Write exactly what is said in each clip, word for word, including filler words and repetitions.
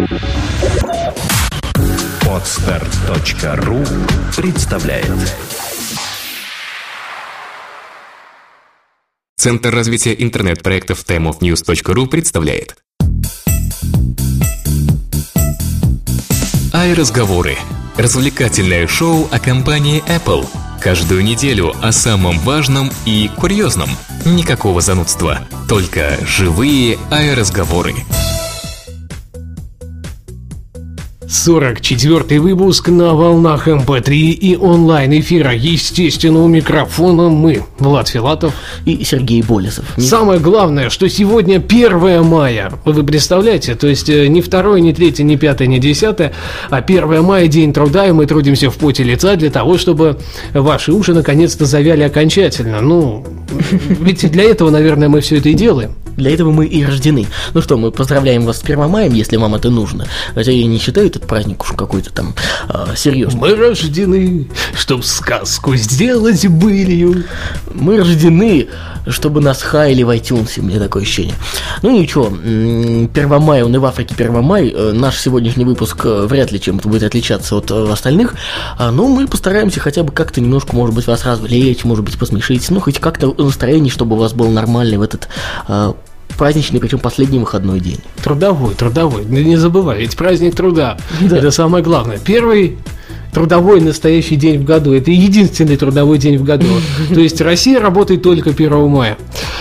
Подстарт точка ру представляет. Центр развития интернет-проектов тайм оф ньюс точка ру представляет. iRazговоры. Развлекательное шоу о компании Apple. Каждую неделю о самом важном и курьезном. Никакого занудства, только живые iRazговоры. сорок четвёртый выпуск на волнах эм пэ три и онлайн-эфира. Естественно, у микрофона мы, Влад Филатов и Сергей Болесов. Самое главное, что сегодня первое мая. Вы представляете, то есть не второе, не третье, не пятое, не десятое, а первое мая, день труда, и мы трудимся в поте лица для того, чтобы ваши уши наконец-то завяли окончательно. Ну, ведь для этого, наверное, мы все это и делаем. Для этого мы и рождены. Ну что, мы поздравляем вас с первым маем, если вам это нужно. Хотя я не считаю этот праздник уж какой-то там а, серьезный. Мы рождены, чтоб сказку сделать былью. Мы рождены, чтобы нас хаяли в iTunes, у меня такое ощущение. Ну ничего, первое мая, он и в Африке первое мая. Наш сегодняшний выпуск вряд ли чем-то будет отличаться от остальных. Но мы постараемся хотя бы как-то немножко, может быть, вас развлечь, может быть, посмешить. Ну, хоть как-то настроение, чтобы у вас было нормальное в этот праздничный, причем последний выходной день. Трудовой, трудовой. Не забывай, ведь праздник труда. Да. Это самое главное. Первый трудовой настоящий день в году. Это единственный трудовой день в году. То есть Россия работает только первого мая.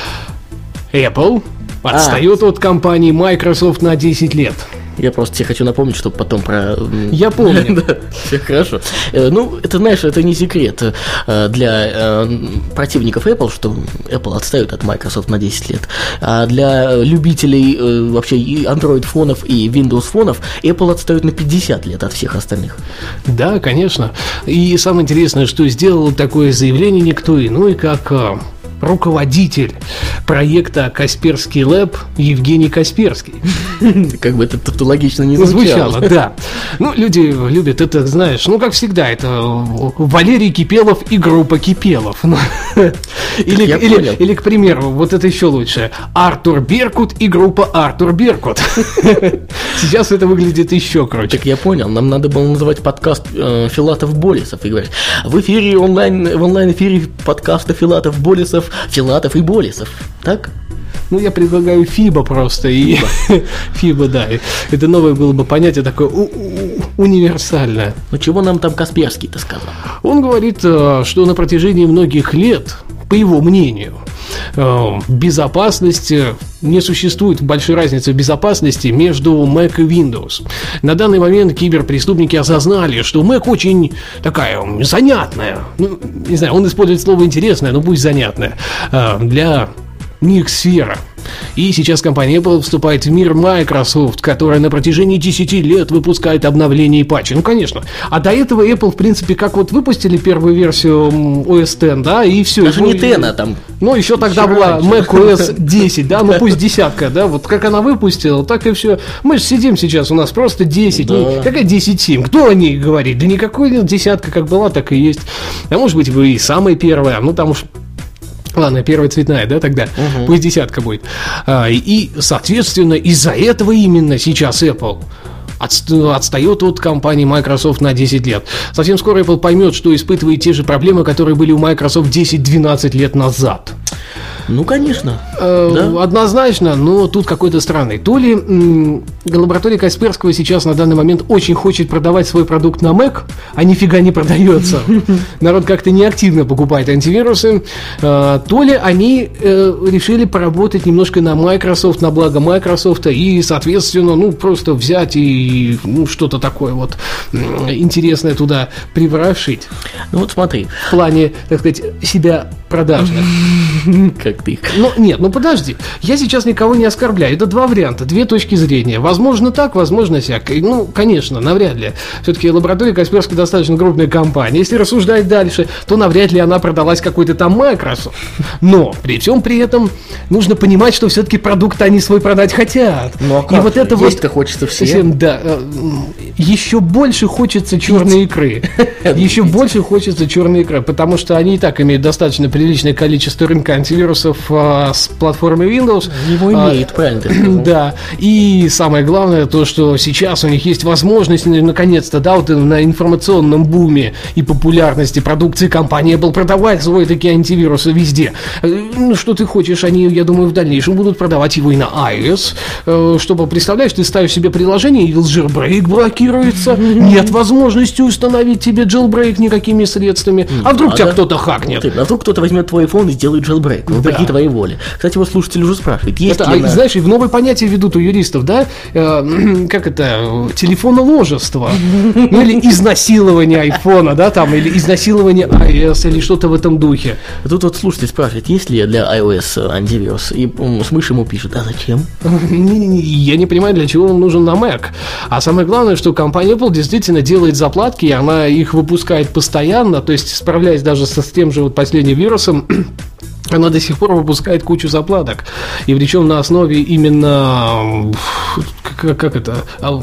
Apple отстает от компании Microsoft на десять лет. Я просто тебе хочу напомнить, чтобы потом про... Я помню. Да, все хорошо. Ну, это, знаешь, это не секрет для противников Apple, что Apple отстает от Microsoft на десять лет. А для любителей вообще и Android-фонов, и Windows-фонов Apple отстает на пятьдесят лет от всех остальных. Да, конечно. И самое интересное, что сделал такое заявление никто иной, как... руководитель проекта Касперский Лэб Евгений Касперский. Как бы это тавтологично не звучало. Звучало, да. Ну, люди любят это, знаешь, ну, как всегда, это Валерий Кипелов и группа Кипелов. Или, или, или, к примеру, вот это еще лучше. Артур Беркут и группа Артур Беркут. Сейчас это выглядит еще круче. Так я понял, нам надо было называть подкаст э, Филатов-Болесов и говорить: в эфире онлайн, в онлайн-эфире подкаста Филатов-Болесов, Филатов и Болесов, так? Ну, я предлагаю Фиба просто. И Фиба, да. Это новое было бы понятие такое у- у- универсальное. Ну, чего нам там Касперский-то сказал? Он говорит, что на протяжении многих лет, по его мнению, безопасности не существует большой разницы в безопасности между Mac и Windows. На данный момент киберпреступники осознали, что Mac очень такая занятная, ну, не знаю, он использует слово интересное, но пусть занятная, для них сфера. И сейчас компания Apple вступает в мир Microsoft, которая на протяжении десяти лет выпускает обновления и патчи. Ну, конечно. А до этого Apple, в принципе, как вот выпустили первую версию о эс десять, да, и все. Даже не десять, а там... Ну, еще тогда еще была macOS десять, да, ну пусть десятка, да, вот как она выпустила, так и все. Мы же сидим сейчас, у нас просто десять. Да. Не, какая десять семь? Кто о ней говорит? Да никакой десятка как была, так и есть. А может быть, вы и самая первая, ну, там уж... Ладно, первая цветная, да, тогда? Uh-huh. Пусть десятка будет. А, и, соответственно, из-за этого именно сейчас Apple отстает от компании Microsoft на десять лет. Совсем скоро Apple поймет, что испытывает те же проблемы, которые были у Microsoft десять-двенадцать лет назад. Ну, конечно. Э, да? Однозначно, но тут какой-то странный. То ли м- лаборатория Касперского сейчас на данный момент очень хочет продавать свой продукт на Mac, а нифига не продается. Народ как-то неактивно покупает антивирусы. Э, то ли они э, решили поработать немножко на Microsoft, на благо Microsoft, и, соответственно, ну, просто взять и ну, что-то такое вот интересное туда приворошить. Ну, вот смотри. В плане, так сказать, себя продажных. Как ты их. Ну, нет, ну подожди. Я сейчас никого не оскорбляю. Это два варианта, две точки зрения. Возможно так, возможно сяк. Ну, конечно, навряд ли. Все-таки лаборатория Касперского достаточно крупная компания. Если рассуждать дальше, то навряд ли она продалась какой-то там Microsoft. Но при всем при этом нужно понимать, что все-таки продукт они свой продать хотят. Ну, а как? И вот это вот хочется всем. Да. Еще больше хочется черной икры. Еще больше хочется черной икры, потому что они и так имеют достаточно приличное количество рынка антивирусов вирусов а, с платформы Windows. Его имеет, а, правильно ты сказал. Да, и самое главное то, что сейчас у них есть возможность, наконец-то, да, вот на информационном буме и популярности продукции компании Apple продавать свой такие антивирусы везде. Ну, что ты хочешь, они, я думаю, в дальнейшем будут продавать его и на iOS, чтобы, представляешь, ты ставишь себе приложение, и jailbreak блокируется, нет возможности установить тебе jailbreak никакими средствами, а вдруг а тебя да? кто-то хакнет. Вот, а вдруг кто-то возьмет твой iPhone и сделает jailbreak, вопреки да. твоей воле. Кстати, вот слушатель уже спрашивает, есть это, ли а, на... знаешь, и в новое понятие ведут у юристов, да, э, как это, телефоноложество, ну или изнасилование айфона, да, там, или изнасилование iOS, или что-то в этом духе. Тут вот слушатель спрашивает, есть ли для iOS антивирус, и смыш ему пишет, а зачем? Я не понимаю, для чего он нужен на Mac. А самое главное, что компания Apple действительно делает заплатки, и она их выпускает постоянно, то есть справляясь даже с тем же вот последним вирусом, она до сих пор выпускает кучу заплаток. И причем на основе именно как, как это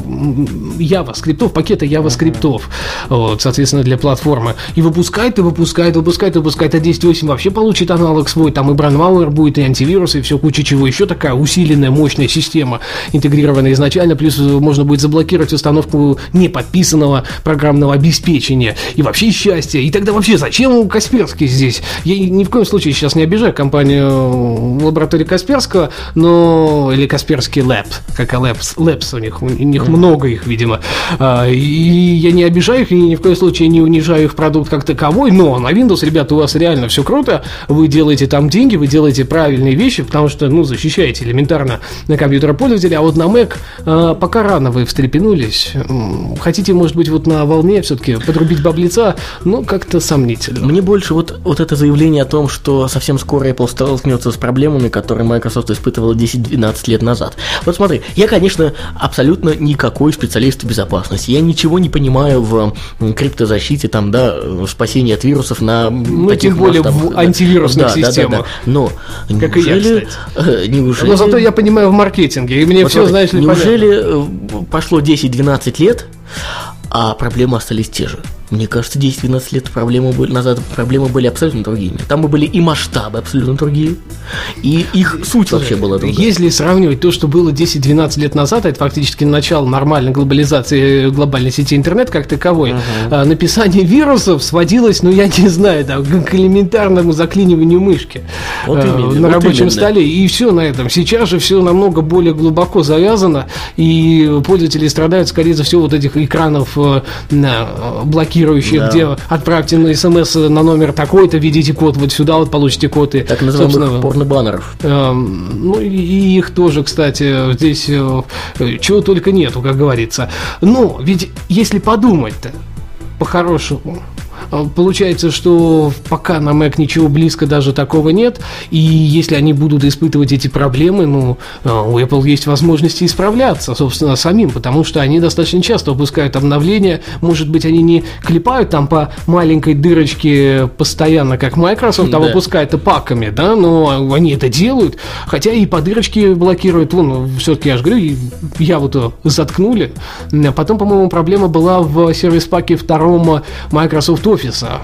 Java скриптов, пакета Java скриптов, вот, соответственно, для платформы. И выпускает, и выпускает, выпускает, выпускает. А десять восемь вообще получит аналог свой. Там и brandmalware будет, и антивирус, и все куча чего еще. Такая усиленная, мощная система, интегрированная изначально. Плюс можно будет заблокировать установку неподписанного программного обеспечения. И вообще счастье. И тогда вообще зачем Касперский здесь? Я ни в коем случае сейчас не обижаю компанию лаборатории Касперского, но или Касперский Lab, как Labs, Labs у них, у них mm-hmm. много их, видимо. И я не обижаю их, и ни в коем случае не унижаю их продукт как таковой, но на Windows, ребята, у вас реально все круто, вы делаете там деньги, вы делаете правильные вещи, потому что, ну, защищаете элементарно на компьютер пользователя, а вот на Mac пока рано вы встрепенулись. Хотите, может быть, вот на волне все-таки подрубить баблица, но как-то сомнительно. Мне больше вот, вот это заявление о том, что совсем скоро Apple столкнется с проблемами, которые Microsoft испытывала десять-двенадцать лет назад. Вот смотри, я, конечно, абсолютно никакой специалист в безопасности. Я ничего не понимаю в криптозащите, там, да, в спасении от вирусов на ну, таких тем более масштабах, в антивирусных да, системах. Да, да, да. Но как неужели, и я, кстати. неужели... Но зато я понимаю в маркетинге, и мне вот все, смотри, знаешь ли, неужели понятно. Пошло десять-двенадцать лет, а проблемы остались те же? Мне кажется, десять-двенадцать лет проблемы были, назад проблемы были абсолютно другими. Там бы были и масштабы абсолютно другие, и их суть вообще была другая. Если сравнивать то, что было десять-двенадцать лет назад, это фактически начало нормальной глобализации глобальной сети интернет как таковой, uh-huh. написание вирусов сводилось, ну я не знаю, там, к элементарному заклиниванию мышки вот именно, на вот рабочем именно. столе, и все на этом. Сейчас же все намного более глубоко завязано, и пользователи страдают, скорее всего, вот этих экранов блокирующих, да. где отправьте на смс на номер такой-то, введите код вот сюда, вот получите код. И, так называемых порно-баннеров. Э, ну, и, и их тоже, кстати, здесь э, чего только нету, как говорится. Но ведь если подумать-то по-хорошему, получается, что пока на Mac ничего близко даже такого нет, и если они будут испытывать эти проблемы, ну, у Apple есть возможности исправляться, собственно, самим, потому что они достаточно часто выпускают обновления, может быть, они не клепают там по маленькой дырочке постоянно, как Microsoft, а да. выпускают это паками, да, но они это делают, хотя и по дырочке блокируют, вон, все-таки, я же говорю, я вот заткнули, потом, по-моему, проблема была в сервис-паке втором Microsoft Office,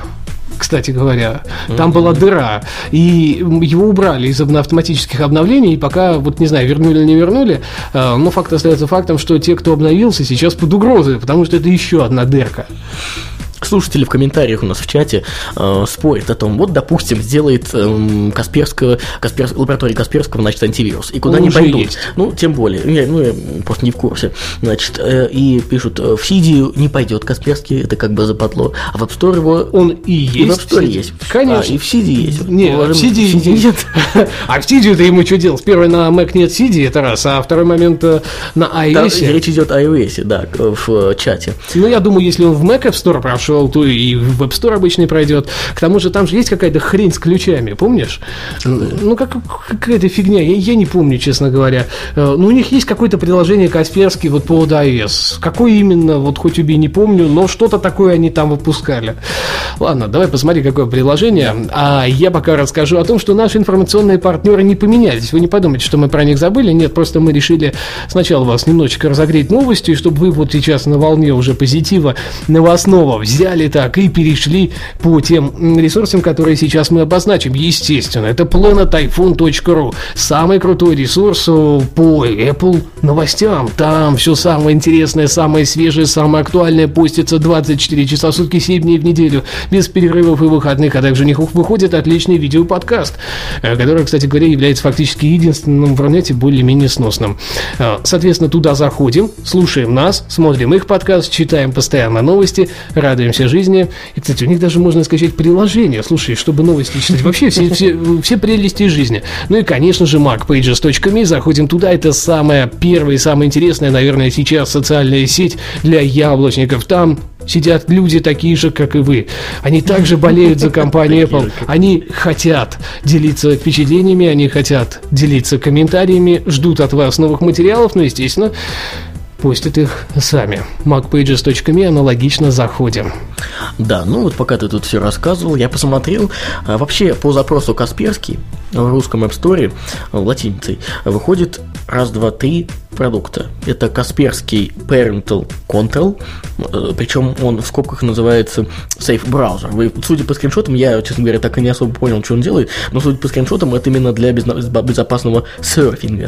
кстати говоря, там mm-hmm. была дыра, и его убрали из автоматических обновлений, и пока, вот не знаю, вернули или не вернули, но факт остается фактом, что те, кто обновился, сейчас под угрозой, потому что это еще одна дырка. Слушатели в комментариях у нас в чате э, спорят о том, вот, допустим, сделает э, Касперского, Каспер, лаборатория Касперского, значит, антивирус, и куда они пойдут. Есть. Ну, тем более, я, ну, я просто не в курсе. Значит, э, и пишут, в Сидию не пойдет Касперский, это как бы западло, а в App Store его... Он и есть. И в App Store есть. Конечно. А, и в Сидии есть. Нет, в Сидии нет. А в Сидию-то ему что делать? Первый, на Mac нет Сидии, это раз, а второй момент на iOS. Речь идет о iOS, да, в чате. Ну, я думаю, если он в Mac App Store прошел, то и в App Store обычный пройдет. К тому же там же есть какая-то хрень с ключами, помнишь? Ну, как, какая-то фигня, я, я не помню, честно говоря. Ну, у них есть какое-то приложение Касперский вот по iOS. Какое именно, вот хоть убей, не помню, но что-то такое они там выпускали. Ладно, давай посмотри, какое приложение. А я пока расскажу о том, что наши информационные партнеры не поменялись. Вы не подумайте, что мы про них забыли. Нет, просто мы решили сначала вас немножечко разогреть новостью, чтобы вы вот сейчас на волне уже позитива новостного взяли взяли так и перешли по тем ресурсам, которые сейчас мы обозначим. Естественно, это планет айфон точка ру, самый крутой ресурс по Apple новостям. Там все самое интересное, самое свежее, самое актуальное постится двадцать четыре часа в сутки, семь дней в неделю, без перерывов и выходных, а также у них выходит отличный видеоподкаст, который, кстати говоря, является фактически единственным в интернете более-менее сносным. Соответственно, туда заходим, слушаем нас, смотрим их подкаст, читаем постоянно новости, радуемся жизни. И, кстати, у них даже можно скачать приложение, слушай, чтобы новости читать. Вообще все, все, все прелести жизни. Ну и, конечно же, мак пейджес точка ми. Заходим туда. Это самая первая и самая интересная, наверное, сейчас социальная сеть для яблочников. Там сидят люди такие же, как и вы. Они также болеют за компанию Apple. Они хотят делиться впечатлениями, они хотят делиться комментариями, ждут от вас новых материалов, но, естественно, постят их сами. мак пейджес точка ми, аналогично заходим. Да, ну вот пока ты тут все рассказывал, я посмотрел. А, вообще, по запросу Касперский в русском App Store латиницей выходит раз, два, три продукта. Это Касперский Parental Control, причем он в скобках называется Safe Browser. Вы, судя по скриншотам, я, честно говоря, так и не особо понял, что он делает, но судя по скриншотам, это именно для безопасного серфинга.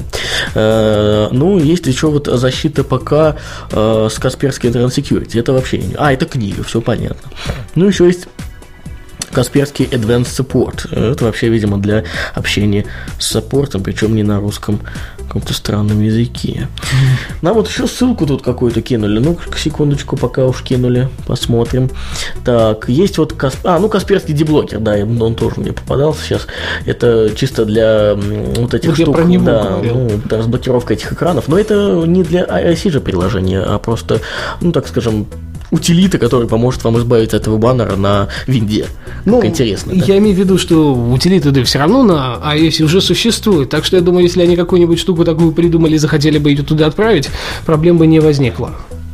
Ну, есть еще вот защита ПК с Касперский Internet Security. Это вообще... А, это книга, все понятно. Ну, еще есть Касперский Advanced Support. Это вообще, видимо, для общения с саппортом, причем не на русском каком-то странном языке. Нам вот еще ссылку тут какую-то кинули. Ну, секундочку, пока уж кинули, посмотрим. Так, есть вот Касп... А, ну, Касперский деблокер, да, он тоже мне попадался сейчас. Это чисто для вот этих вот штук. Я про него да, ну, разблокировка этих экранов. Но это не для iOS же приложения, а просто, ну, так скажем, утилита, которая поможет вам избавиться от этого баннера на винде. Ну, как интересно. Да? Я имею в виду, что утилиты да все равно на iOS уже существуют. Так что я думаю, если они какую-нибудь штуку такую придумали и захотели бы ее туда отправить, проблем бы не возникло.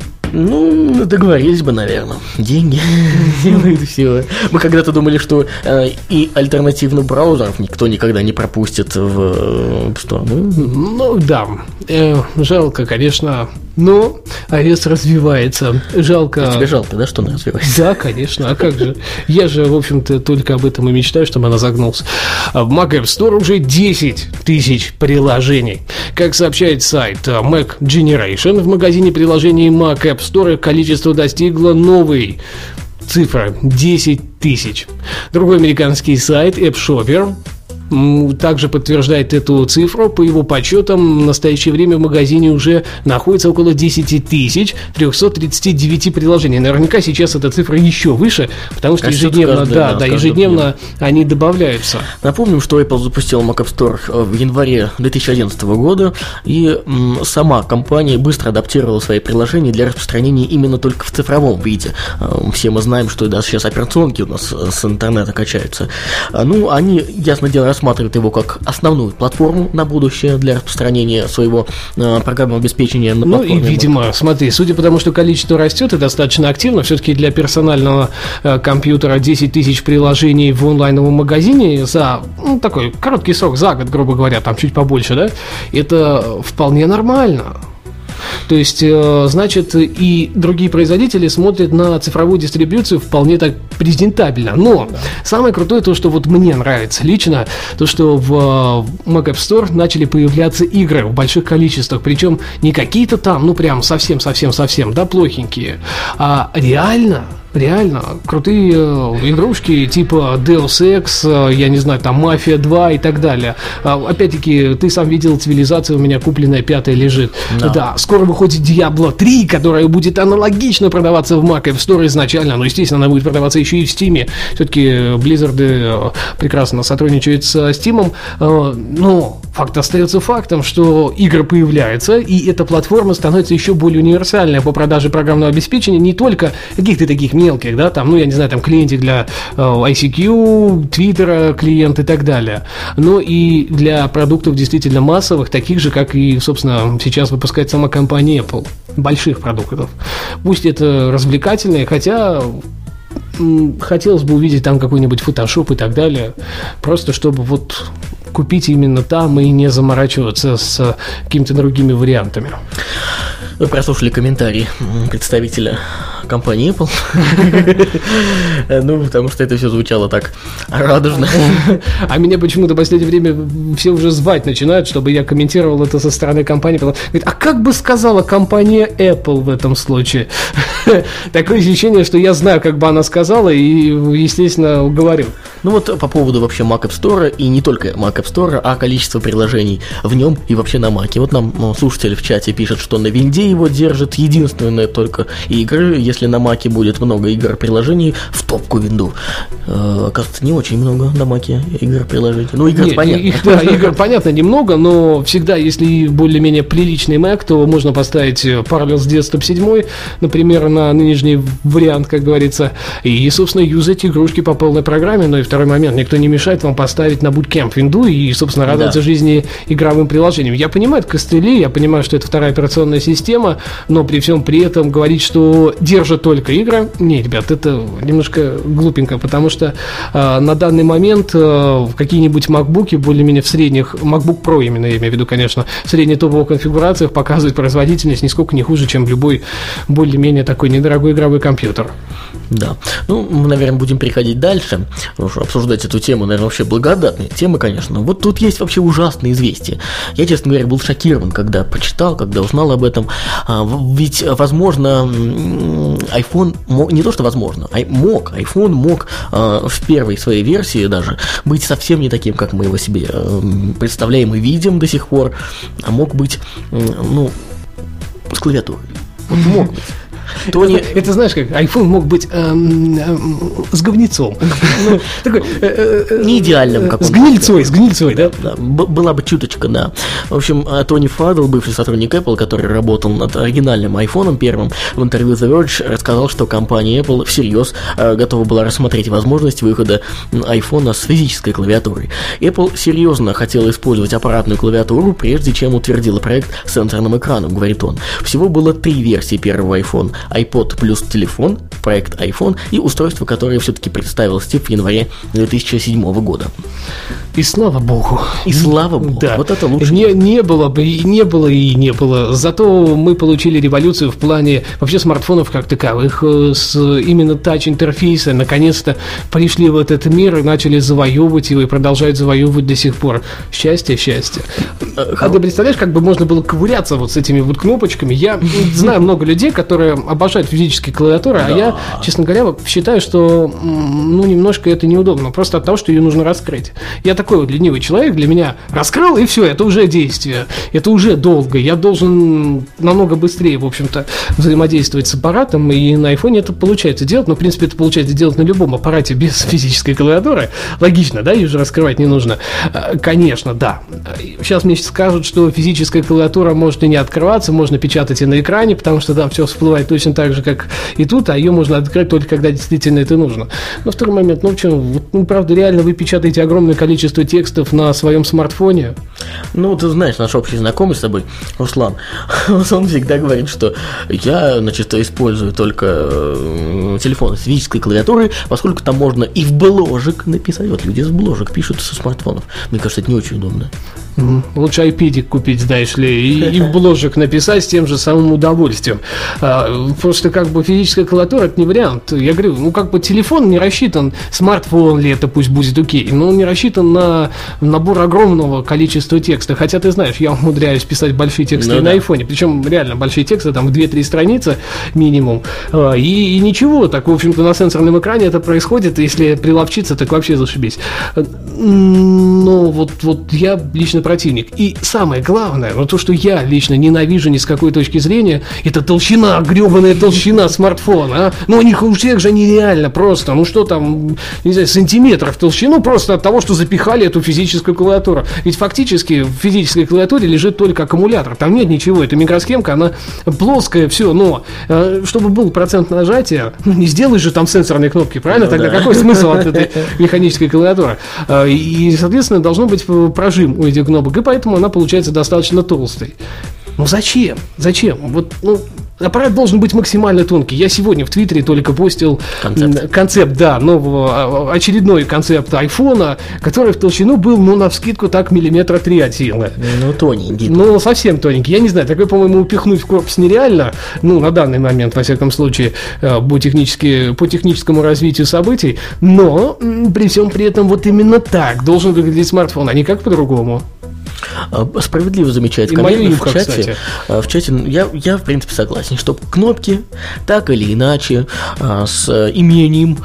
Ну, договорились бы, наверное. Деньги делают все. Мы когда-то думали, что э, и альтернативных браузеров никто никогда не пропустит в App Store. Ну, ну да. Э, жалко, конечно. Но iOS развивается. Жалко. А тебе жалко, да, что она развивается? Да, конечно. А как же? Я же, в общем-то, только об этом и мечтаю, чтобы она загнулась. В Mac App Store уже десять тысяч приложений. Как сообщает сайт Mac Generation, в магазине приложений Mac App Store количество достигло новой цифры десять тысяч. Другой американский сайт App Shopper также подтверждает эту цифру. По его подсчетам, в настоящее время в магазине уже находится около десять тысяч триста тридцать девять приложений. Наверняка сейчас эта цифра еще выше, потому что кажется, ежедневно, каждый, да, да, да, ежедневно они добавляются. Напомним, что Apple запустила Mac App Store в январе две тысячи одиннадцатого года, и м, сама компания быстро адаптировала свои приложения для распространения именно только в цифровом виде. Все мы знаем, что даже сейчас операционки у нас с интернета качаются. Ну, они, ясно дело, рассматривают его как основную платформу на будущее для распространения своего э, программного обеспечения на платформе. Ну и, видимо, смотри, судя по тому, что количество растет и достаточно активно, все-таки для персонального э, компьютера десять тысяч приложений в онлайновом магазине за ну, такой короткий срок, за год, грубо говоря, там чуть побольше, да, это вполне нормально. То есть, значит, и другие производители смотрят на цифровую дистрибьюцию вполне так презентабельно. Но да. Самое крутое то, что вот мне нравится лично, то, что в Mac App Store начали появляться игры в больших количествах. Причем не какие-то там, ну прям совсем-совсем-совсем, да, плохенькие, а реально... Реально, крутые игрушки типа Deus Ex, я не знаю, там Мафия два и так далее. Опять-таки, ты сам видел, цивилизация у меня купленная пятая лежит. No. Да, скоро выходит Diablo три, которая будет аналогично продаваться в Mac App Store изначально, но, естественно, она будет продаваться еще и в Steam. Все-таки Blizzard прекрасно сотрудничает с Steam. Но факт остается фактом, что игры появляются, и эта платформа становится еще более универсальной по продаже программного обеспечения не только каких-то таких мелких, да, там, ну, я не знаю, там, клиентик для э, ай си кью, Твиттера, клиент и так далее, но и для продуктов действительно массовых, таких же, как и, собственно, сейчас выпускает сама компания Apple, больших продуктов. Пусть это развлекательные, хотя м- хотелось бы увидеть там какой-нибудь фотошоп и так далее, просто чтобы вот купить именно там и не заморачиваться с какими-то другими вариантами. Вы прослушали комментарий представителя компании Apple. Ну, потому что это все звучало так радужно. А меня почему-то в последнее время все уже звать начинают, чтобы я комментировал это со стороны компании. Говорит, а как бы сказала компания Apple в этом случае? Такое ощущение, что я знаю, как бы она сказала, и, естественно, говорю. Ну вот по поводу вообще Mac App Store, и не только Mac App Store, а количество приложений в нем и вообще на Mac. Вот нам ну, слушатели в чате пишут, что на винде его держит единственное только игры. Если на Mac будет много игр приложений, в топку винду. Э, оказывается, не очень много на Mac игр приложений. Ну, игр Нет, понятно. Их, да, игр понятно немного, но всегда, если более-менее приличный Mac, то можно поставить Parallels Desktop семь, например, на нынешний вариант, как говорится, и, собственно, юзать игрушки по полной программе. Но и второй момент, никто не мешает вам поставить на Bootcamp винду и, собственно, радоваться да. жизни игровым приложением. Я понимаю, это костыли, я понимаю, что это вторая операционная система, но при всем при этом говорить, что держит только игры, не, ребят, это немножко глупенько, потому что э, на данный момент э, какие-нибудь MacBook'и более-менее в средних, MacBook Pro именно, я имею в виду, конечно, в средних топовых конфигурациях показывает производительность нисколько не хуже, чем любой более-менее такой недорогой игровой компьютер. Да. Ну, мы, наверное, будем переходить дальше. Потому что обсуждать эту тему, наверное, вообще благодатная тема, конечно. Вот тут есть вообще ужасные известия. Я, честно говоря, был шокирован, когда прочитал, когда узнал об этом. А, ведь, возможно, iPhone, не то что возможно, а мог, iPhone мог а, в первой своей версии даже быть совсем не таким, как мы его себе а, представляем и видим до сих пор, а мог быть, ну, с клавиатурой. Вот мог быть. Тони... Это, это знаешь как, iPhone мог быть эм, эм, с говнецом. Ну, такой, э, э, не идеальным каком-то. С гнильцой, с гнильцой, да? Да, была бы чуточка, да. В общем, Тони Фаддл, бывший сотрудник Apple, который работал над оригинальным iPhone первым, в интервью The Verge рассказал, что компания Apple всерьез э, готова была рассмотреть возможность выхода iPhone с физической клавиатурой. Apple серьезно хотела использовать аппаратную клавиатуру, прежде чем утвердила проект с сенсорным экраном, говорит он. Всего было три версии первого iPhone. iPod плюс телефон, проект iPhone и устройство, которое все-таки представил Стив в январе две тысячи седьмого года. И слава богу. И слава богу. Да. Вот это лучше. Не, не было бы, и не было, и не было. Зато мы получили революцию в плане вообще смартфонов как таковых, с именно тач-интерфейса. Наконец-то пришли в этот мир и начали завоевывать его и продолжают завоевывать до сих пор. Счастье, счастье. А ты представляешь, как бы можно было ковыряться вот с этими вот кнопочками? Я знаю много людей, которые обожают физические клавиатуры, да. А я, честно говоря, считаю, что ну, немножко это неудобно, просто от того, что ее нужно раскрыть. Я такой вот ленивый человек, для меня раскрыл, и все, это уже действие, это уже долго, я должен намного быстрее, в общем-то, взаимодействовать с аппаратом, и на айфоне это получается делать, но, в принципе, это получается делать на любом аппарате без физической клавиатуры, логично, да, ее же раскрывать не нужно, конечно, да. Сейчас мне скажут, что физическая клавиатура может и не открываться, можно печатать и на экране, потому что там все всплывает точно так же, как и тут, а ее можно открыть только когда действительно это нужно. Но второй момент, ну в чем, ну правда, реально вы печатаете огромное количество текстов на своем смартфоне? Ну, ты знаешь, наш общий знакомый с тобой, Руслан, он всегда говорит, что я, значит, использую только телефон с физической клавиатурой, поскольку там можно и в бложек написать. Вот люди с бложек пишут со смартфонов. Мне кажется, это не очень удобно. Mm-hmm. Лучше айпедик купить, знаешь ли, и, и в бложек написать с тем же самым удовольствием. А, просто как бы физическая клавиатура — это не вариант. Я говорю, ну как бы телефон не рассчитан, смартфон ли это пусть будет окей, но он не рассчитан на набор огромного количества текста. Хотя ты знаешь, я умудряюсь писать большие тексты ну, на да. айфоне, причем реально большие тексты, там в две-три страницы минимум. А, и, и ничего, так в общем-то на сенсорном экране это происходит, если приловчиться, так вообще зашибись. Но вот, вот я лично противник. И самое главное, ну то, что я лично ненавижу ни с какой точки зрения, это толщина, гребаная толщина смартфона. А? Ну у них у всех же нереально просто. Ну что там, не знаю, сантиметров толщину просто от того, что запихали эту физическую клавиатуру. Ведь фактически в физической клавиатуре лежит только аккумулятор. Там нет ничего. Это микросхемка, она плоская, все. Но чтобы был процент нажатия, ну не сделаешь же там сенсорные кнопки, правильно? Ну, Тогда да. какой смысл от этой механической клавиатуры? И, соответственно, должно быть прожим у этих кнопок, и поэтому она получается достаточно толстой. Ну зачем? Зачем? Вот, ну, аппарат должен быть максимально тонкий. Я сегодня в Твиттере только постил концепт, концепт да, нового, очередной концепт айфона, который в толщину был, ну, навскидку, так, миллиметра три от силы. Ну, тоненький. Ну, совсем тоненький. Я не знаю, такой, по-моему, упихнуть в корпус нереально, ну, на данный момент, во всяком случае, по, технически, по техническому развитию событий, но при всем при этом вот именно так должен выглядеть смартфон, а никак по-другому. Справедливо замечает коллега в чате. В чате я, я, в принципе, согласен, что кнопки так или иначе с имением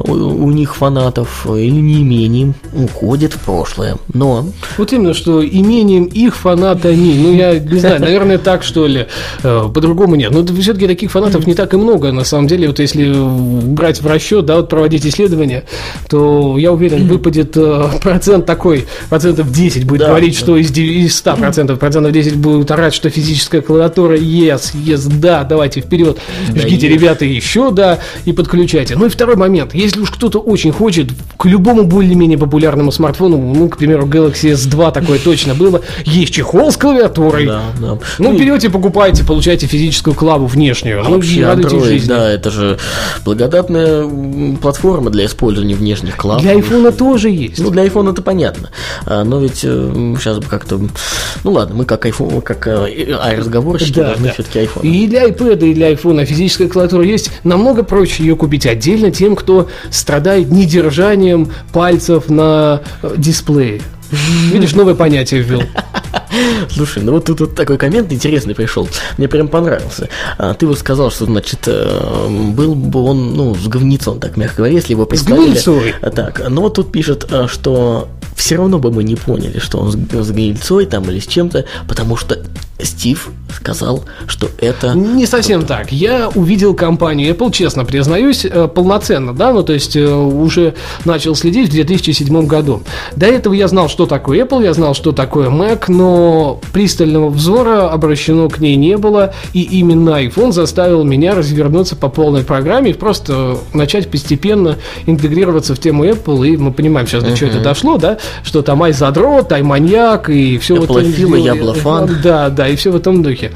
у них фанатов или не имением уходят в прошлое. Но... Вот именно, что имением их фанаты они. Ну, я не знаю, наверное, так, что ли. По-другому нет. Но все-таки таких фанатов не так и много. На самом деле, вот если брать в расчет, да, вот проводить исследования, то, я уверен, выпадет процент такой, процентов десять будет да, говорить, да. что из из ста процентов, процентов десять будут орать, что физическая клавиатура yes, yes, да, давайте вперед, да, жгите, есть. Ребята, еще, да, и подключайте. Ну и второй момент, если уж кто-то очень хочет, к любому более-менее популярному смартфону, ну, к примеру, Galaxy эс два такое точно было, есть чехол с клавиатурой. Да, да. Ну, ну, берете, покупаете, получаете физическую клаву внешнюю. А ну, вообще Android, да, это же благодатная платформа для использования внешних клав. Для айфона тоже есть. Ну, для айфона это понятно, но ведь сейчас бы как-то. Ну ладно, мы как iPhone, как ай-разговорщики, да, должны да. все-таки iPhone. И для iPad, и для iPhone физическая клавиатура есть. Намного проще ее купить отдельно тем, кто страдает недержанием пальцев на дисплее. Видишь, новое понятие ввел. Слушай, ну вот тут вот такой коммент интересный пришел. Мне прям понравился. А, ты вот сказал, что, значит, был бы он, ну, с говнецом, так мягко говоря, если его представили. С гнильцой. Так, но вот тут пишет, что все равно бы мы не поняли, что он с гнильцой там или с чем-то, потому что Стив сказал, что это... Не совсем кто-то. Так. Я увидел компанию Apple, честно признаюсь, полноценно, да, ну, то есть уже начал следить в две тысячи седьмом году. До этого я знал, что такое Apple, я знал, что такое Mac, но пристального взора обращено к ней не было, и именно iPhone заставил меня развернуться по полной программе и просто начать постепенно интегрироваться в тему Apple, и мы понимаем сейчас, до uh-huh. чего это дошло, да, что там ай-задрот, ай-маньяк, и все вот... Apple-филы, яблофан. Да, да, и все в этом духе.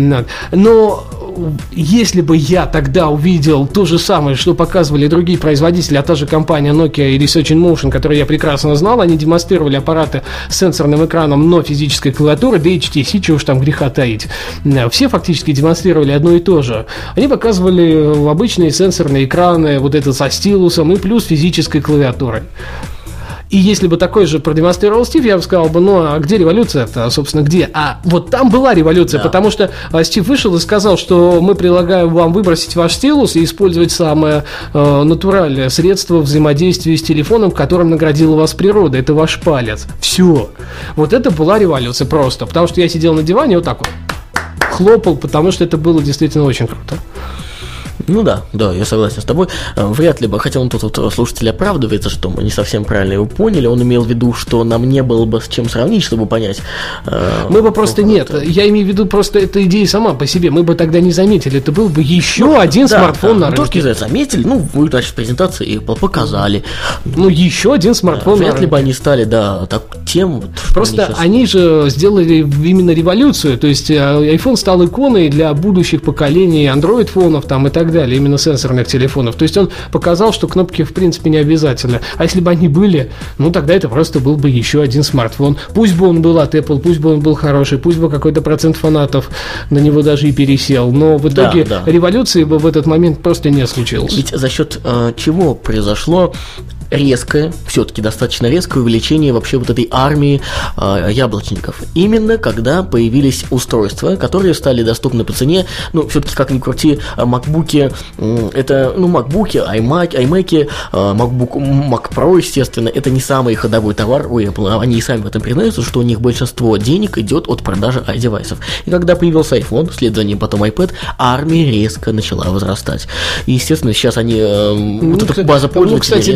Но если бы я тогда увидел то же самое, что показывали другие производители, а та же компания Nokia и Research in Motion, которую я прекрасно знал, они демонстрировали аппараты с сенсорным экраном, но физической клавиатурой, да эйч ти си, чего уж там греха таить. Все фактически демонстрировали одно и то же. Они показывали обычные сенсорные экраны, вот это со стилусом и плюс физической клавиатурой. И если бы такой же продемонстрировал Стив, я бы сказал бы, ну, а где революция-то, собственно, где? А вот там была революция, да. Потому что Стив вышел и сказал, что мы предлагаем вам выбросить ваш стилус и использовать самое э, натуральное средство взаимодействия с телефоном, которым наградила вас природа. Это ваш палец. Все. Вот это была революция просто. Потому что я сидел на диване вот так вот, хлопал, потому что это было действительно очень круто. Ну да, да, я согласен с тобой. Вряд ли бы, хотя он тут вот слушатель оправдывается, что мы не совсем правильно его поняли. Он имел в виду, что нам не было бы с чем сравнить, чтобы понять. Мы бы просто нет. Это... Я имею в виду просто эта идея сама по себе. Мы бы тогда не заметили. Это был бы еще ну, один да, смартфон да, на рынке. Тоже заметили, ну, вы дальше презентации их показали. Ну, еще один смартфон да, на вряд ли бы они стали, да, так тем. Вот, просто они, сейчас... они же сделали именно революцию. То есть iPhone стал иконой для будущих поколений Android-фонов там и так далее. Далее, именно сенсорных телефонов. То есть он показал, что кнопки в принципе не обязательны. А если бы они были, ну тогда это просто был бы еще один смартфон. Пусть бы он был от Apple, пусть бы он был хороший, пусть бы какой-то процент фанатов на него даже и пересел. Но в итоге да, да. революции бы в этот момент просто не случилось. Ведь за счет э, чего произошло резкое, все-таки достаточно резкое увеличение вообще вот этой армии э, яблочников. Именно когда появились устройства, которые стали доступны по цене. Ну, все-таки, как ни крути, макбуки, э, это, ну, макбуки, iMac, iMac, э, MacBook, Mac Pro, естественно, это не самый ходовой товар у Apple. Они и сами в этом признаются, что у них большинство денег идет от продажи i-девайсов. И когда появился iPhone, вслед за ним потом iPad, армия резко начала возрастать. И, естественно, сейчас они, э, ну, вот эта база пользователей ну, кстати, резко да, возрастает.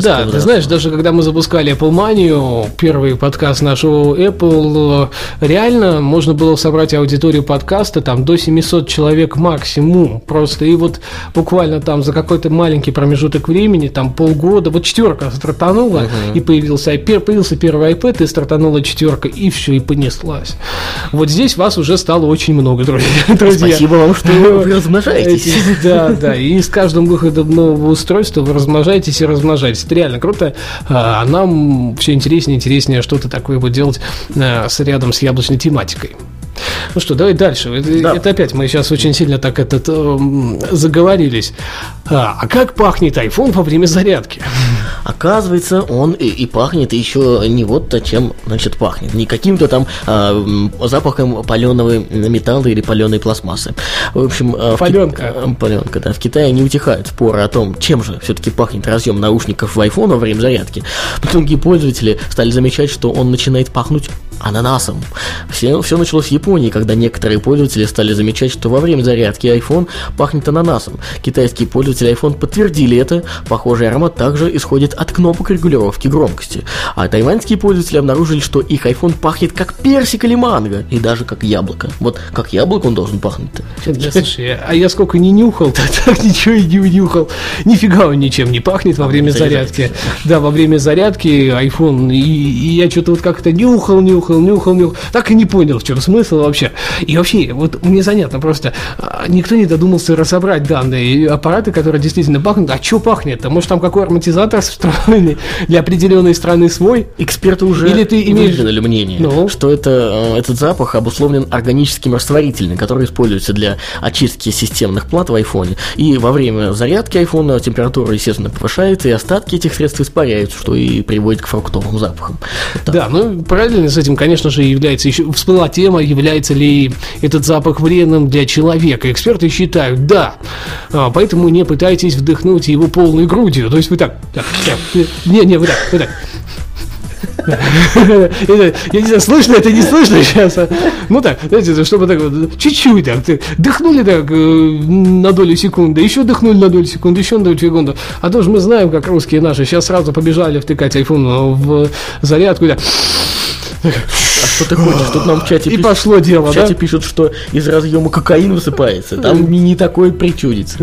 знаешь, даже когда мы запускали Apple Mania, первый подкаст нашего Apple, реально можно было собрать аудиторию подкаста там до семьсот человек максимум. Просто и вот буквально там за какой-то маленький промежуток времени, там полгода, вот четверка стартанула, uh-huh. и появился, появился первый iPad, и стартанула четверка, и все, и понеслась. Вот здесь вас уже стало очень много, друзья. Спасибо вам, что вы размножаетесь. Да, да, и с каждым выходом нового устройства вы размножаетесь и размножаетесь. Это реально круто, а нам все интереснее и интереснее что-то такое вот делать с, рядом с яблочной тематикой. Ну что, давай дальше. Это, да. это опять мы сейчас очень сильно так этот, э, заговорились. А, а как пахнет iPhone во время зарядки? Оказывается, он и, и пахнет еще не вот-то чем, значит, пахнет. Не каким-то там э, запахом паленого металла или паленой пластмассы. В общем, э, паленка. В, э, паленка, да. В Китае не утихают споры о том, чем же все-таки пахнет разъем наушников в iPhone во время зарядки. Многие пользователи стали замечать, что он начинает пахнуть ананасом. Все, все началось в Японии, когда некоторые пользователи стали замечать, что во время зарядки iPhone пахнет ананасом. Китайские пользователи iPhone подтвердили это. Похожий аромат также исходит от кнопок регулировки громкости. А тайваньские пользователи обнаружили, что их iPhone пахнет как персик или манго, и даже как яблоко. Вот как яблоко он должен пахнуть-то. Да, слушай, а я сколько не нюхал, так ничего и не унюхал. Нифига он ничем не пахнет во время зарядки. Да, во время зарядки iPhone, и, и я что-то вот как-то нюхал, нюхал, нюхал, нюхал, так и не понял, в чем смысл вообще. И вообще, вот мне занятно просто, никто не додумался разобрать данные аппараты, которые действительно пахнут. А что пахнет-то? Может, там какой ароматизатор встроенный для определенной страны свой? Эксперты уже Или ты имеешь... выдвинули мнение, ну? что это, этот запах обусловлен органическим растворителем, который используется для очистки системных плат в айфоне. И во время зарядки айфона температура, естественно, повышается, и остатки этих средств испаряются, что и приводит к фруктовым запахам. Вот да, ну параллельно с этим, конечно же, является еще всплыла тема, является ли этот запах вредным для человека. Эксперты считают, да. А, поэтому не пытайтесь вдохнуть его полной грудью. То есть вы так, так, так не, не, вы так, вы так. Я не знаю, слышно это, не слышно сейчас. Ну так, знаете, чтобы так вот, чуть-чуть так, дыхнули так на долю секунды, еще дыхнули на долю секунды, еще на долю секунды. А то же мы знаем, как русские наши сейчас сразу побежали втыкать iPhone в зарядку. А что ты хочешь? Тут нам в чате и пишут, пошло дело, в чате да? пишут, что из разъема кокаин высыпается. Там не, не такое причудится.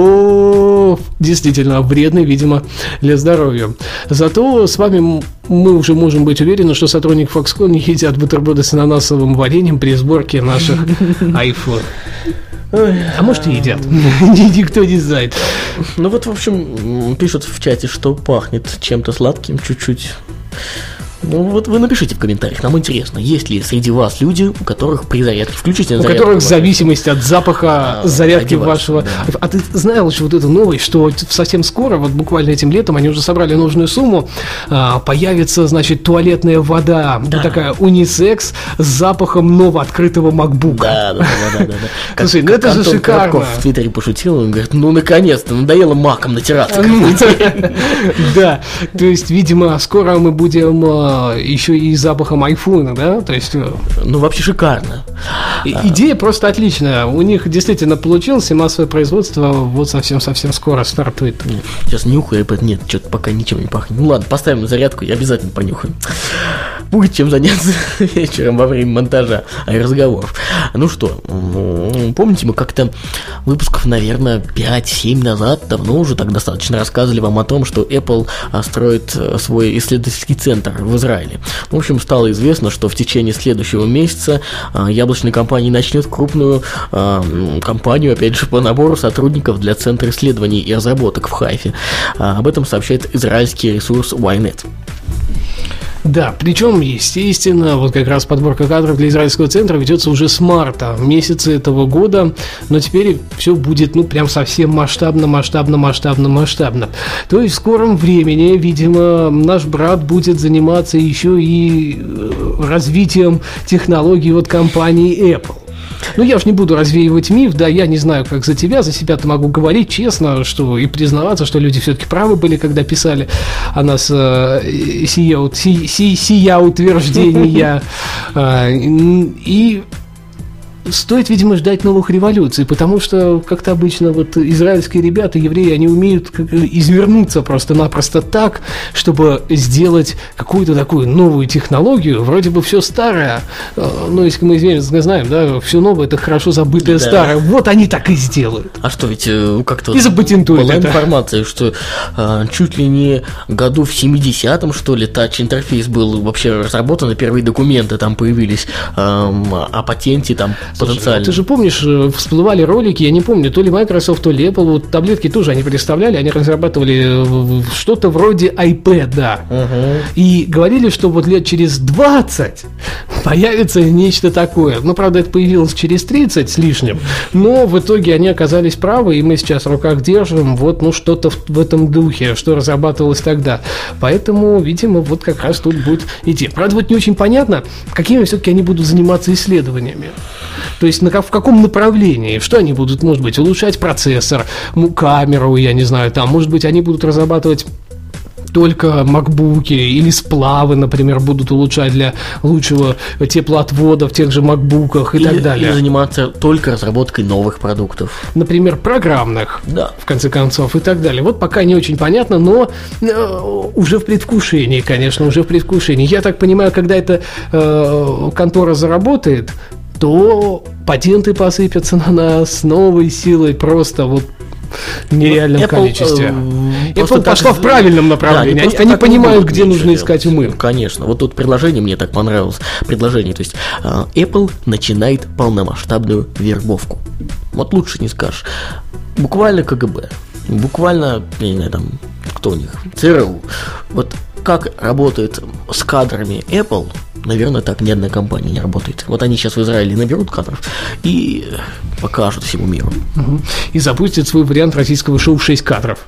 О, действительно, вредный, видимо, для здоровья. Зато с вами мы уже можем быть уверены, что сотрудники Foxconn не едят бутерброды с ананасовым вареньем при сборке наших iPhone. А может и едят. Никто не знает. Ну вот, в общем, пишут в чате, что пахнет чем-то сладким чуть-чуть. Ну вот вы напишите в комментариях, нам интересно, есть ли среди вас люди, у которых при зарядке, включительно у зарядку, которых зависимость от запаха а, зарядки вашего. Да. А ты знаешь вот эту новость, что совсем скоро, вот буквально этим летом, они уже собрали нужную сумму, появится, значит, туалетная вода, да. такая унисекс с запахом новооткрытого MacBook. Да, да, да, да, да. Слушай, ну это же шикарно. В Твиттере пошутил, он говорит, ну наконец-то, надоело маком натираться. Да, то есть, видимо, скоро мы будем еще и запахом айфона, да, то есть... Ну, вообще шикарно. Идея просто отличная. У них действительно получилось, и массовое производство вот совсем-совсем скоро стартует. Нет, сейчас нюхаю, нет, что-то пока ничем не пахнет. Ну ладно, поставим на зарядку и обязательно понюхаем. Будет чем заняться вечером во время монтажа и разговоров. Ну что, помните, мы как-то выпусков, наверное, пять-семь назад, давно уже так достаточно, рассказывали вам о том, что Apple строит свой исследовательский центр в Израиле. В общем, стало известно, что в течение следующего месяца яблочная компания начнет крупную кампанию, опять же, по набору сотрудников для Центра исследований и разработок в Хайфе. Об этом сообщает израильский ресурс Ynet. Да, причем, естественно, вот как раз подборка кадров для израильского центра ведется уже с марта месяца этого года, но теперь все будет, ну, прям совсем масштабно, масштабно, масштабно, масштабно. То есть в скором времени, видимо, наш брат будет заниматься еще и развитием технологий от компании Apple. Ну, я уж не буду развеивать миф, да, я не знаю, как за тебя, за себя-то могу говорить честно, что и признаваться, что люди все-таки правы были, когда писали о нас э, сия, сия, сия утверждения. Э, и стоит, видимо, ждать новых революций, потому что, как-то обычно, вот израильские ребята, евреи, они умеют извернуться просто-напросто так, чтобы сделать какую-то такую новую технологию, вроде бы все старое, ну, если мы знаем, да, все новое, это хорошо забытое, да, старое, вот они так и сделают. А что, ведь как-то и запатентуют была это. Информация, что а, чуть ли не году в семидесятом, что ли, тач-интерфейс был вообще разработан, и первые документы там появились а, о патенте там. Слушай, потенциально. Ты же помнишь, всплывали ролики, я не помню, то ли Microsoft, то ли Apple, вот таблетки тоже они представляли, они разрабатывали что-то вроде iPad, да. Uh-huh. И говорили, что вот лет через двадцать появится нечто такое. Ну, правда, это появилось через тридцать с лишним, но в итоге они оказались правы, и мы сейчас в руках держим вот, ну, что-то в, в этом духе, что разрабатывалось тогда. Поэтому, видимо, вот как раз тут будет идти. Правда, вот не очень понятно, какими все-таки они будут заниматься исследованиями. То есть на, в каком направлении, что они будут, может быть, улучшать процессор, камеру, я не знаю, там, может быть, они будут разрабатывать только макбуки или сплавы, например, будут улучшать для лучшего теплоотвода в тех же макбуках и или, так далее. Или заниматься только разработкой новых продуктов. Например, программных, да. в конце концов, и так далее. Вот пока не очень понятно, но э, уже в предвкушении, конечно, уже в предвкушении. Я так понимаю, когда эта э, контора заработает, то патенты посыпятся на нас с новой силой, просто вот в нереальном Apple, количестве. Apple пошла в правильном направлении. Да, они они понимают, где нужно искать умы. Конечно. Вот тут предложение мне так понравилось. Предложение, то есть Apple начинает полномасштабную вербовку. Вот лучше не скажешь. Буквально КГБ. Буквально, я не знаю, там, кто у них? ЦРУ. Вот как работает с кадрами Apple, наверное, так ни одна компания не работает. Вот они сейчас в Израиле наберут кадров и покажут всему миру. И запустят свой вариант российского шоу «шесть кадров».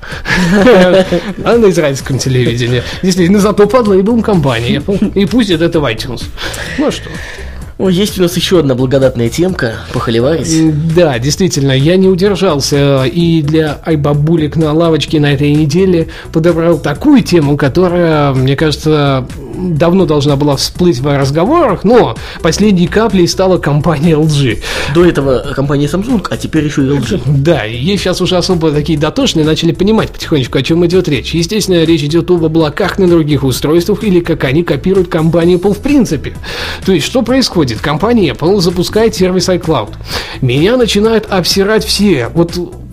А на израильском телевидении. Действительно, зато под лейблом компании Apple. И пустят это в iTunes. Ну что... Ой, есть у нас еще одна благодатная темка, похоливарись. Да, действительно, я не удержался и для айбабулек на лавочке на этой неделе подобрал такую тему, которая, мне кажется, давно должна была всплыть в разговорах, но последней каплей стала компания эл джи. До этого компания Samsung, а теперь еще и эл джи. Да, и есть сейчас уже особо такие дотошные, начали понимать потихонечку, о чем идет речь. Естественно, речь идет об облаках на других устройствах или как они копируют компанию Apple в принципе. То есть, что происходит? Компания Apple запускает сервис iCloud. Меня начинают обсирать все. Вот,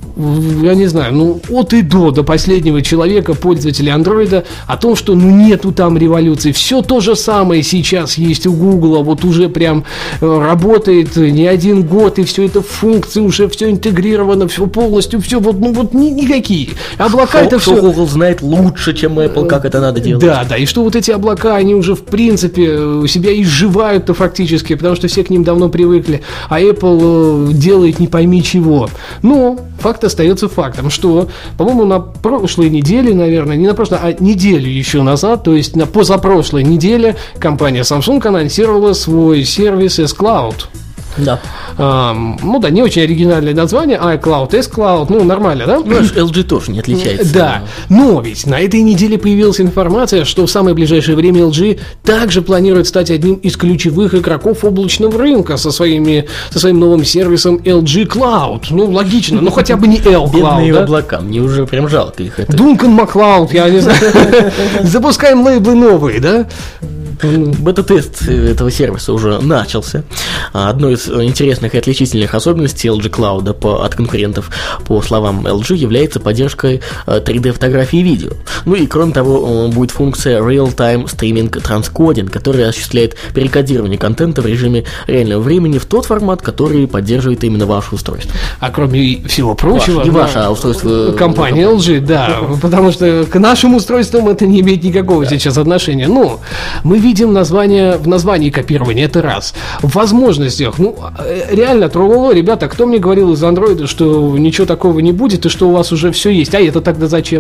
я не знаю, ну, от и до, до последнего человека, пользователя андроида, о том, что, ну, нету там революции. Все то же самое сейчас есть у Гугла, вот уже прям работает не один год, и все это функции, уже все интегрировано, все полностью, все вот, ну, вот ни, никакие. Облака что, это что все... Google знает лучше, чем Apple, как это надо делать. Да, да, и что вот эти облака, они уже, в принципе, себя изживают-то фактически, потому что все к ним давно привыкли, а Apple делает не пойми чего. Но факт остается фактом, что, по-моему, на прошлой неделе, наверное, не на прошлой, а неделю еще назад, то есть на позапрошлой неделе, компания Samsung анонсировала свой сервис S-Cloud. Да. А, ну да, не очень оригинальное название, iCloud, S-Cloud, ну нормально, да? Ну, эл джи тоже не отличается. Да, но ведь на этой неделе появилась информация, что в самое ближайшее время эл джи также планирует стать одним из ключевых игроков облачного рынка со, своими, со своим новым сервисом эл джи Cloud. Ну, логично, ну хотя бы не L-Cloud. Бедные да? облака, мне уже прям жалко их. Это. Duncan MacLeod, я не знаю. Запускаем лейблы новые, да? Бета-тест этого сервиса уже начался. Одной из интересных и отличительных особенностей эл джи Cloud по, от конкурентов, по словам эл джи, является поддержкой три дэ-фотографии и видео. Ну и кроме того, будет функция Real-Time Streaming Transcoding, которая осуществляет перекодирование контента в режиме реального времени в тот формат, который поддерживает именно ваше устройство. А кроме всего прочего... Ваш, не ваше, а устройство... Компания эл джи, да, потому что к нашим устройствам это не имеет никакого да. сейчас отношения. Но мы видим название, в названии копирования, это раз. В возможностях, ну, реально, трололо, ребята, кто мне говорил из андроида, что ничего такого не будет, и что у вас уже все есть, а это тогда зачем?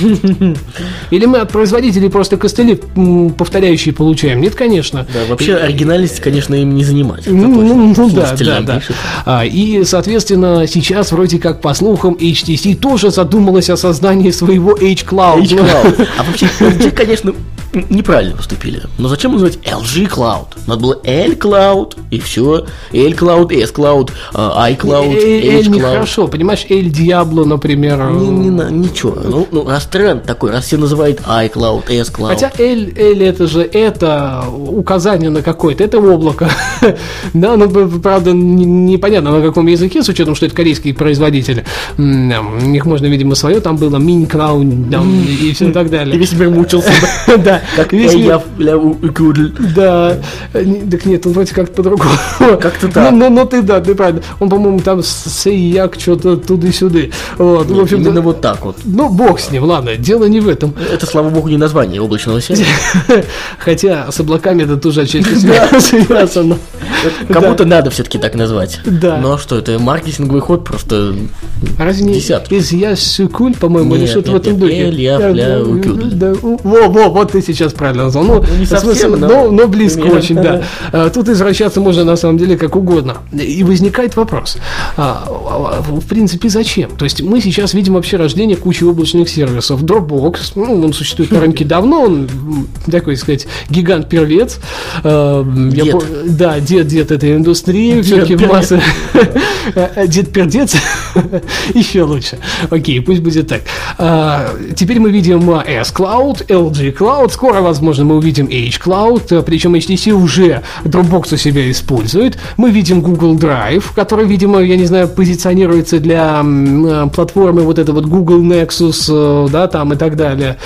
Или мы от производителей просто костыли повторяющие получаем? Нет, конечно. Да, вообще оригинальность, конечно, им не занимать. Ну, ну, ну да, да, да. А, и, соответственно, сейчас вроде как по слухам эйч ти си тоже задумалась о создании своего H-Cloud. H-Cloud. А вообще, конечно, неправильно поступили. Но зачем называть эл джи Cloud? Надо было L-Cloud, и все. L-Cloud, S-Cloud, I-Cloud, H-Cloud. Нехорошо, понимаешь, El Diablo, например. Не, не, ничего. Ну, ну, раз тренд такой, раз все называют I-Cloud, S-Cloud. Хотя L, L это же это указание на какое-то, это облако. Да, ну, правда, непонятно на каком языке, с учетом, что это корейские производители. У них можно, видимо, свое там было, Мини-Клауд, и все так далее. И весь мир мучился. Да. Как я Да. Так нет, он вроде как-то по-другому. Как-то так. Ну, ты, да, ты правильно. Он, по-моему, там Сейяк что-то туда-сюда. Вот, в общем, именно вот так вот. Ну, бог с ним, ладно, дело не в этом. Это, слава богу, не название облачного сервера. Хотя с облаками это тоже отчасти связано. Кому-то надо все-таки так назвать. Да. Ну а что, это маркетинговый ход просто десятку. Из я сюкуль, по-моему, или что-то в этом духе. Во, во, вот ты сейчас правильно назвал. Ну, не совсем, но, но близко очень, да. Тут извращаться можно на самом деле как угодно. И возникает вопрос, в принципе, зачем? То есть мы сейчас видим вообще рождение кучи облачных сервисов. Dropbox, ну, он существует на рынке давно, он такой, сказать, гигант-первец. Дед. Пом... Да, дед, дед этой индустрии, все-таки в массы. Дед-пердец, еще лучше. Окей, пусть будет так. Теперь мы видим S-Cloud, эл джи Cloud, скоро, возможно, мы увидим H-Cloud, причем эйч ти си уже Dropbox у себя использует. Мы видим Google Drive, который, видимо, я не знаю, позиционируется для платформы вот это вот Google Nexus, да, там и так далее.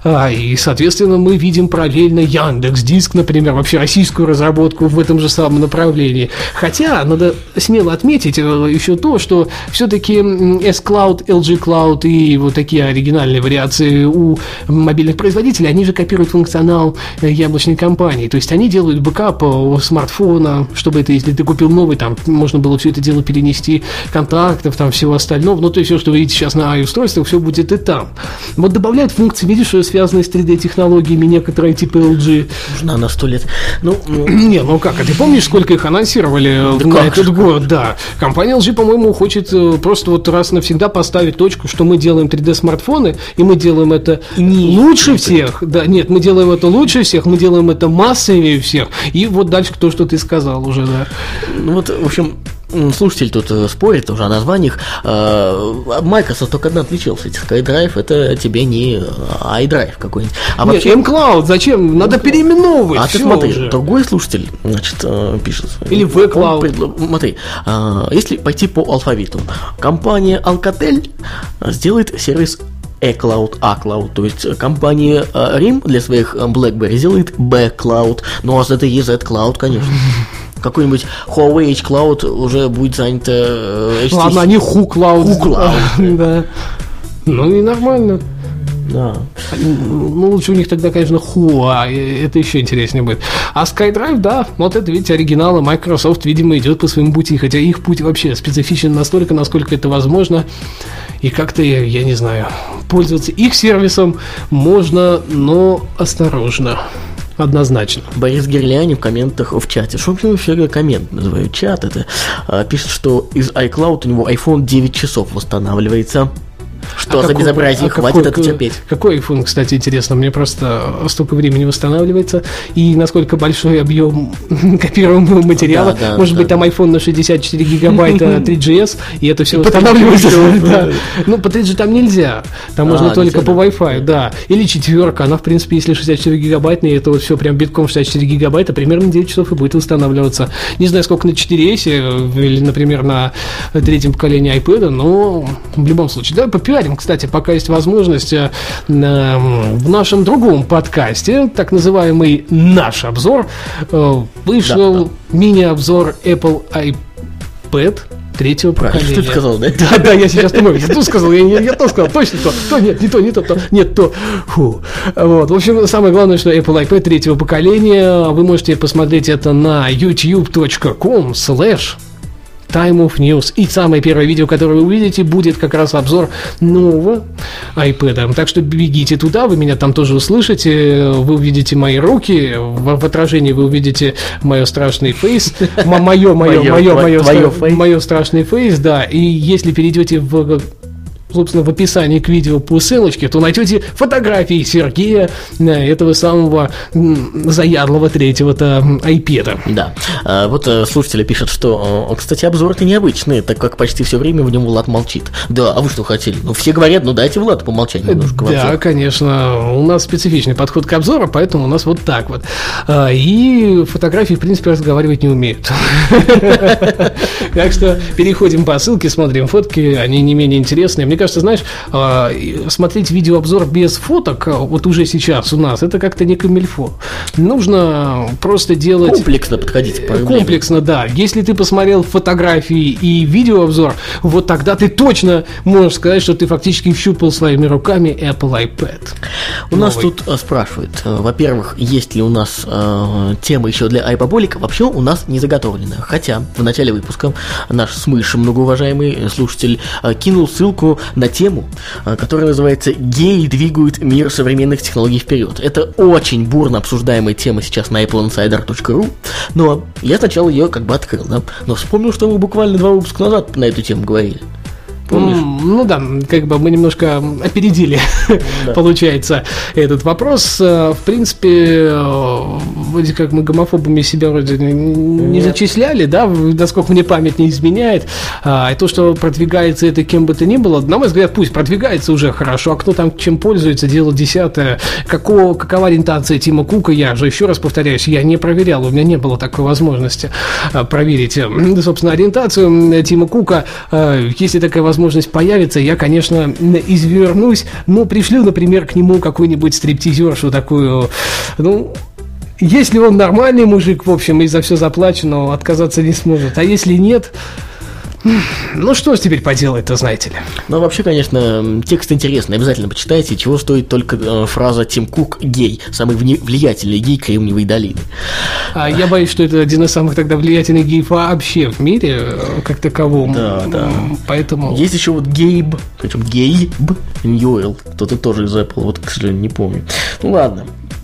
И, соответственно, мы видим параллельно Яндекс.Диск, например, вообще российскую разработку в этом же самом направлении. Хотя, надо смело отметить еще то, что все-таки S-Cloud, эл джи Cloud и вот такие оригинальные вариации у мобильных производителей, они же копируют функционал яблочной компании. То есть они делают бэкап смартфона, чтобы это, если ты купил новый, там можно было все это дело перенести, контактов, там всего остального. Ну, то есть все, что вы видите сейчас на i-устройствах, все будет и там. Вот добавляют функции, видишь, связанные с три дэ-технологиями, некоторые типа эл джи. Нужна на сто лет. Ну, ну... Не, ну как, а ты помнишь, сколько их анонсировали да на этот же? Год? Да. Компания эл джи, по-моему, хочет просто вот раз навсегда поставить точку, что мы делаем три дэ-смартфоны, и мы делаем это не лучше это... всех. Да, нет, мы делаем это лучше всех, мы делаем это массовее всех. И вот дальше то, что ты сказал уже, да. Ну вот, в общем, слушатель тут спорит уже о названиях. Microsoft только одна отличился. SkyDrive это тебе не iDrive какой-нибудь. А Нет, вообще... mCloud, зачем? Надо M-Cloud. Переименовывать. А ты смотри, уже. Другой слушатель, значит, пишет. Или vCloud. Предло... Смотри, если пойти по алфавиту, компания Alcatel сделает сервис E-Cloud, A-Cloud, то есть компания рим для своих BlackBerry сделает B-Cloud, ну а за это и Z-Cloud, конечно. Какой-нибудь Huawei H-Cloud уже будет занято эйч ти си. Ладно, они Hu-Cloud. Hu-Cloud. Да. Ну и нормально. Да. Ну, лучше у них тогда, конечно, Хуа, это еще интереснее будет. А SkyDrive, да, вот это, видите, оригиналы Microsoft, видимо, идет по своему пути, хотя их путь вообще специфичен настолько, насколько это возможно, и как-то, я не знаю, пользоваться их сервисом можно, но осторожно. Однозначно. Борис Герляни в комментах в чате. Что вообще коммент называют? Чат это. А, пишет, что из iCloud у него iPhone девять часов восстанавливается. Что а за какой, безобразие, а хватит какой, это терпеть. Какой iPhone, кстати, интересно, мне просто столько времени восстанавливается, и насколько большой объем копируемого материала, да, да, может да, быть, да. Там iPhone на шестьдесят четыре гигабайта три джи эс, и это все восстанавливается. Да. Ну, по три джи там нельзя, там а, можно только по Wi-Fi, да. Или четверка, она, в принципе, если шестьдесят четыре гигабайтная, это вот все прям битком шестьдесят четыре гигабайта, примерно девять часов и будет восстанавливаться. Не знаю, сколько на четыре эс, или, например, на третьем поколении iPad, но в любом случае, да, попиарим. Кстати, пока есть возможность, э, в нашем другом подкасте, так называемый «Наш обзор», э, вышел да, да. мини-обзор Apple iPad третьего поколения. Что ты сказал, да? Да, да, я сейчас думаю, что сказал, я, я, я то сказал, точно то, то нет, не то, не то, то нет, то. Фу. Вот, в общем, самое главное, что Apple iPad третьего поколения, вы можете посмотреть это на ютуб точка ком слэш Time of News. И самое первое видео, которое вы увидите, будет как раз обзор нового iPad. Так что бегите туда, вы меня там тоже услышите, вы увидите мои руки, в, в отражении вы увидите мое страшный фейс, мое, мое, мое, мое, мое страшный фейс, да. И если перейдете в собственно, в описании к видео по ссылочке, то найдете фотографии Сергея, этого самого заядлого третьего-то айпеда. Да. А, вот слушатели пишут, что, кстати, обзор-то необычный, так как почти все время в нем Влад молчит. Да, а вы что хотели? Ну, все говорят, ну дайте Владу помолчать немножко. Да, конечно. У нас специфичный подход к обзору, поэтому у нас вот так вот. И фотографии, в принципе, разговаривать не умеют. Так что переходим по ссылке, смотрим фотки, они не менее интересные. Мне кажется, знаешь, смотреть видеообзор без фоток вот уже сейчас у нас, это как-то не камильфо. Нужно просто делать... Комплексно подходить. Комплексно, да. Если ты посмотрел фотографии и видеообзор, вот тогда ты точно можешь сказать, что ты фактически щупал своими руками Apple iPad. У Новый. Нас тут э, спрашивают, э, во-первых, есть ли у нас э, тема еще для айбаболика. Вообще у нас не заготовлена. Хотя в начале выпуска наш Смыш, многоуважаемый слушатель, э, кинул ссылку на тему, э, которая называется «Геи двигают мир современных технологий вперед». Это очень бурно обсуждаемая тема сейчас на apple insider точка ру, но я сначала ее как бы открыл, да? Но вспомнил, что мы буквально два выпуска назад на эту тему говорили. Помнишь? Ну да, как бы мы немножко опередили, да. Получается, этот вопрос. В принципе, вроде как мы гомофобами себя вроде не Нет. зачисляли, да, насколько мне память не изменяет. А, и то, что продвигается это кем бы то ни было, на мой взгляд, пусть продвигается уже хорошо, а кто там чем пользуется, дело десятое. Какого, какова ориентация Тима Кука, я же еще раз повторяюсь, я не проверял, у меня не было такой возможности проверить, собственно, ориентацию Тима Кука. Если такая возможность возможность появится, я, конечно, извернусь, но пришлю, например, к нему какую-нибудь стриптизершу такую, ну, если он нормальный мужик, в общем, и за все заплачено, отказаться не сможет, а если нет... Ну, что теперь поделать-то, знаете ли? Ну, вообще, конечно, текст интересный, обязательно почитайте, чего стоит только э, фраза «Тим Кук гей», самый вни- влиятельный гей Кремниевой долины. А я боюсь, что это один из самых тогда влиятельных геев вообще в мире, как таковом. Да, да. Поэтому... Есть еще вот Гейб, причем Гейб Ньюэлл, кто-то тоже из Apple, вот, к сожалению, не помню. Ну, ладно.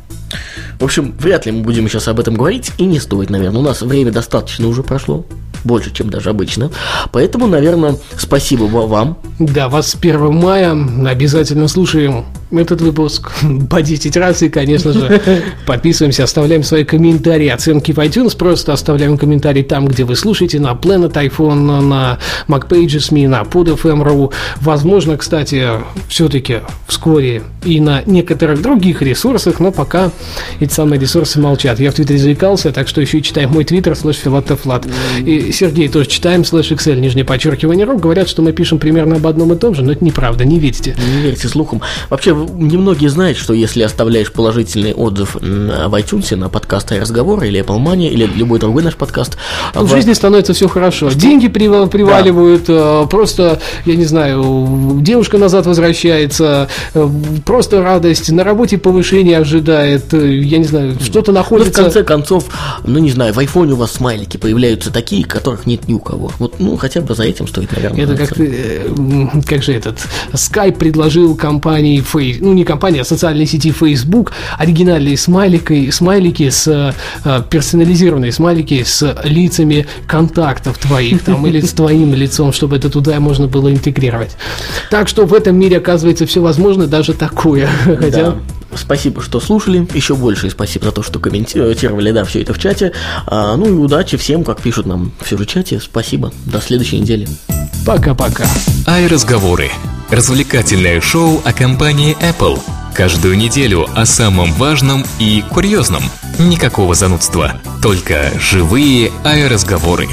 В общем, вряд ли мы будем сейчас об этом говорить, и не стоит, наверное. У нас время достаточно уже прошло. Больше, чем даже обычно. Поэтому, наверное, спасибо вам. Да, вас с первого мая. Обязательно слушаем этот выпуск по десять раз. И, конечно же, подписываемся, оставляем свои комментарии, оценки в iTunes. Просто оставляем комментарий там, где вы слушаете. На Planet iPhone, на MacPages.me, на PodFM.ru. Возможно, кстати, все-таки вскоре и на некоторых других ресурсах. Но пока эти самые ресурсы молчат. Я в Твиттере заикался, так что еще и читаем мой Твиттер, слэш филатофлат. И Сергей тоже читаем, слэш Excel, нижнее подчеркивание ру. Говорят, что мы пишем примерно об одном и том же, но это неправда, не верьте. Не верьте слухам. Вообще, немногие знают, что если оставляешь положительный отзыв в iTunes на подкаст «Разговоры» или Apple Money, или любой другой наш подкаст, в, в жизни становится все хорошо. Что? Деньги приваливают, да. Просто, я не знаю, девушка назад возвращается, просто радость, на работе повышение ожидает, я не знаю, что-то находится. Ну, в конце концов, ну не знаю, в айфоне у вас смайлики появляются такие, которых нет ни у кого. Вот, ну, хотя бы за этим стоит, наверное. Это как, как же этот Skype предложил компании, Face, ну, не компании, а социальной сети Facebook оригинальные смайлики, смайлики с персонализированные смайлики с лицами контактов твоих, там, или с твоим лицом, чтобы это туда можно было интегрировать. Так что в этом мире, оказывается, все возможно, даже такое. Хотя... Да. Спасибо, что слушали. Еще больше спасибо за то, что комментировали, да, все это в чате. А, ну и удачи всем, как пишут нам все же в чате. Спасибо. До следующей недели. Пока-пока. iRazговоры. Развлекательное шоу о компании Apple. Каждую неделю о самом важном и курьезном. Никакого занудства. Только живые iRazговоры.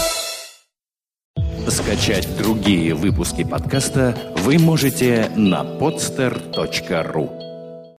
Скачать другие выпуски подкаста вы можете на podster точка ру.